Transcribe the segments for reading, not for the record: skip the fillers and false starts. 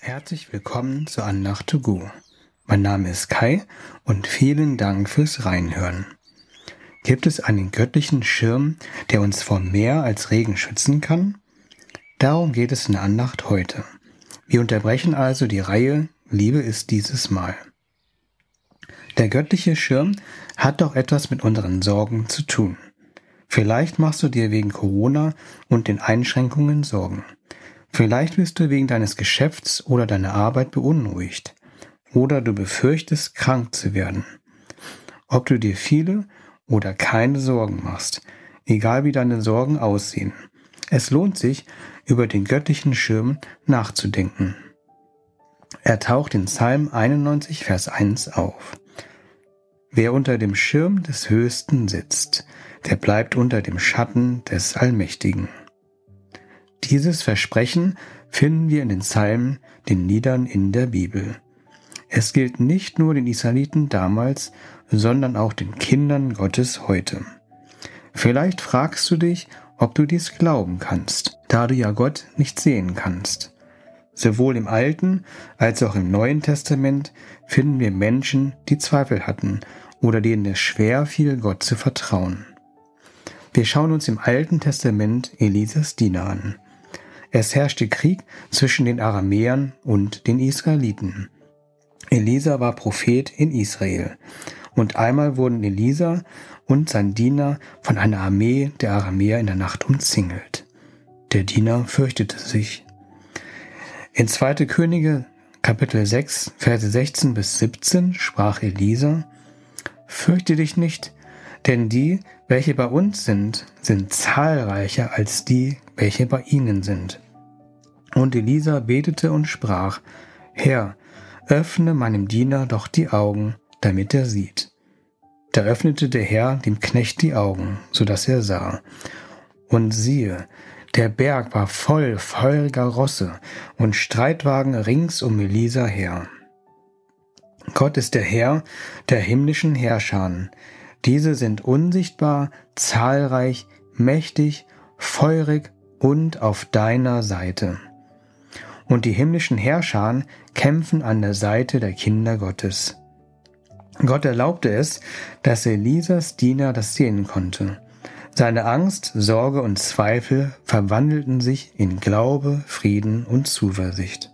Herzlich willkommen zur Andacht to go. Mein Name ist Kai und vielen Dank fürs Reinhören. Gibt es einen göttlichen Schirm, der uns vor mehr als Regen schützen kann? Darum geht es in der Andacht heute. Wir unterbrechen also die Reihe Liebe ist dieses Mal. Der göttliche Schirm hat doch etwas mit unseren Sorgen zu tun. Vielleicht machst du dir wegen Corona und den Einschränkungen Sorgen. Vielleicht bist du wegen deines Geschäfts oder deiner Arbeit beunruhigt. Oder du befürchtest, krank zu werden. Ob du dir viele oder keine Sorgen machst, egal wie deine Sorgen aussehen. Es lohnt sich, über den göttlichen Schirm nachzudenken. Er taucht in Psalm 91, Vers 1 auf. Wer unter dem Schirm des Höchsten sitzt, der bleibt unter dem Schatten des Allmächtigen. Dieses Versprechen finden wir in den Psalmen, den Liedern in der Bibel. Es gilt nicht nur den Israeliten damals, sondern auch den Kindern Gottes heute. Vielleicht fragst du dich, ob du dies glauben kannst, da du ja Gott nicht sehen kannst. Sowohl im Alten als auch im Neuen Testament finden wir Menschen, die Zweifel hatten oder denen es schwer fiel, Gott zu vertrauen. Wir schauen uns im Alten Testament Elisas Diener an. Es herrschte Krieg zwischen den Aramäern und den Israeliten. Elisa war Prophet in Israel und einmal wurden Elisa und sein Diener von einer Armee der Aramäer in der Nacht umzingelt. Der Diener fürchtete sich. In 2. Könige, Kapitel 6, Verse 16 bis 17 sprach Elisa: Fürchte dich nicht, denn die, welche bei uns sind zahlreicher als die, welche bei ihnen sind. Und Elisa betete und sprach: Herr, öffne meinem Diener doch die Augen, damit er sieht. Da öffnete der Herr dem Knecht die Augen, so dass er sah. Und siehe, der Berg war voll feuriger Rosse und Streitwagen rings um Elisa her. Gott ist der Herr der himmlischen Heerscharen. Diese sind unsichtbar, zahlreich, mächtig, feurig und auf deiner Seite. Und die himmlischen Heerscharen kämpfen an der Seite der Kinder Gottes. Gott erlaubte es, dass Elisas Diener das sehen konnte. Seine Angst, Sorge und Zweifel verwandelten sich in Glaube, Frieden und Zuversicht.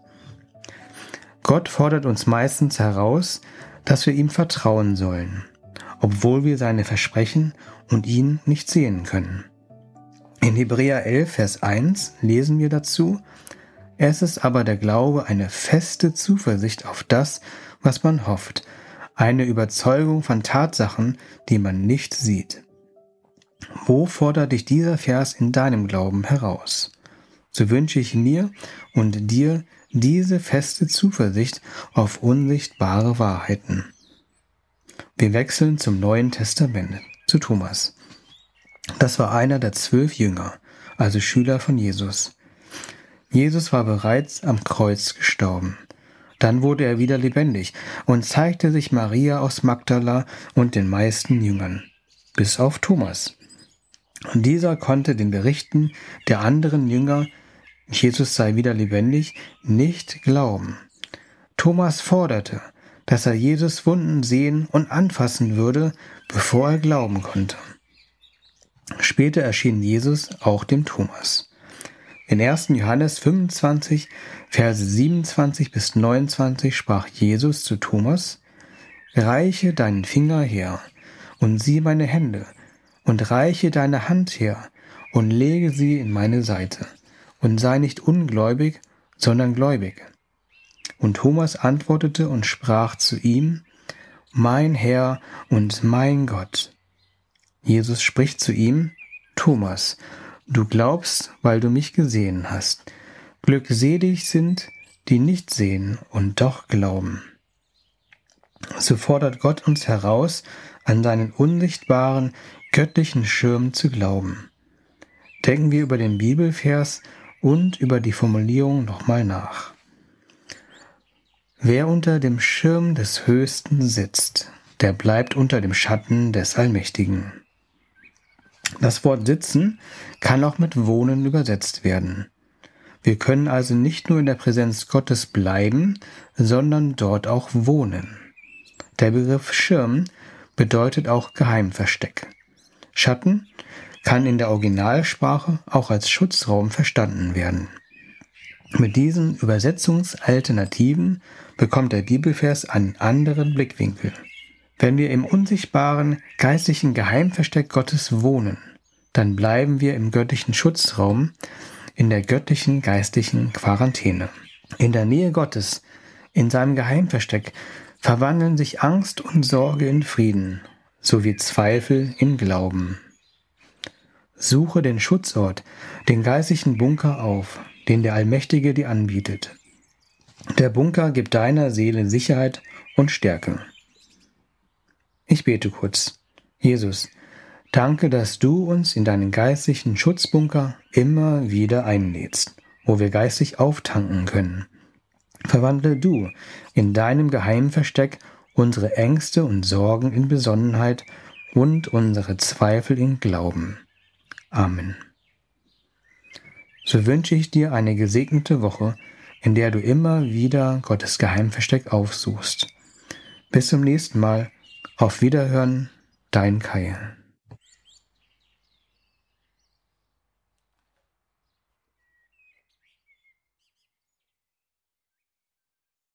Gott fordert uns meistens heraus, dass wir ihm vertrauen sollen, obwohl wir seine Versprechen und ihn nicht sehen können. In Hebräer 11, Vers 1 lesen wir dazu: Es ist aber der Glaube eine feste Zuversicht auf das, was man hofft, eine Überzeugung von Tatsachen, die man nicht sieht. Wo fordert dich dieser Vers in deinem Glauben heraus? So wünsche ich mir und dir diese feste Zuversicht auf unsichtbare Wahrheiten. Wir wechseln zum Neuen Testament, zu Thomas. Das war einer der 12 Jünger, also Schüler von Jesus. Jesus war bereits am Kreuz gestorben. Dann wurde er wieder lebendig und zeigte sich Maria aus Magdala und den meisten Jüngern, bis auf Thomas. Und dieser konnte den Berichten der anderen Jünger, Jesus sei wieder lebendig, nicht glauben. Thomas forderte, dass er Jesus Wunden sehen und anfassen würde, bevor er glauben konnte. Später erschien Jesus auch dem Thomas. In 1. Johannes 25, Verse 27 bis 29 sprach Jesus zu Thomas: Reiche deinen Finger her und sieh meine Hände, und reiche deine Hand her und lege sie in meine Seite, und sei nicht ungläubig, sondern gläubig. Und Thomas antwortete und sprach zu ihm: Mein Herr und mein Gott. Jesus spricht zu ihm: Thomas, du glaubst, weil du mich gesehen hast. Glückselig sind, die nicht sehen und doch glauben. So fordert Gott uns heraus, an seinen unsichtbaren, göttlichen Schirm zu glauben. Denken wir über den Bibelvers und über die Formulierung nochmal nach. Wer unter dem Schirm des Höchsten sitzt, der bleibt unter dem Schatten des Allmächtigen. Das Wort sitzen kann auch mit wohnen übersetzt werden. Wir können also nicht nur in der Präsenz Gottes bleiben, sondern dort auch wohnen. Der Begriff Schirm bedeutet auch Geheimversteck. Schatten kann in der Originalsprache auch als Schutzraum verstanden werden. Mit diesen Übersetzungsalternativen bekommt der Bibelvers einen anderen Blickwinkel. Wenn wir im unsichtbaren geistlichen Geheimversteck Gottes wohnen, dann bleiben wir im göttlichen Schutzraum, in der göttlichen geistlichen Quarantäne. In der Nähe Gottes, in seinem Geheimversteck, verwandeln sich Angst und Sorge in Frieden, sowie Zweifel in Glauben. Suche den Schutzort, den geistlichen Bunker auf, den der Allmächtige dir anbietet. Der Bunker gibt deiner Seele Sicherheit und Stärke. Ich bete kurz. Jesus, danke, dass du uns in deinen geistlichen Schutzbunker immer wieder einlädst, wo wir geistig auftanken können. Verwandle du in deinem Geheimversteck unsere Ängste und Sorgen in Besonnenheit und unsere Zweifel in Glauben. Amen. So wünsche ich dir eine gesegnete Woche, in der du immer wieder Gottes Geheimversteck aufsuchst. Bis zum nächsten Mal. Auf Wiederhören, dein Kai.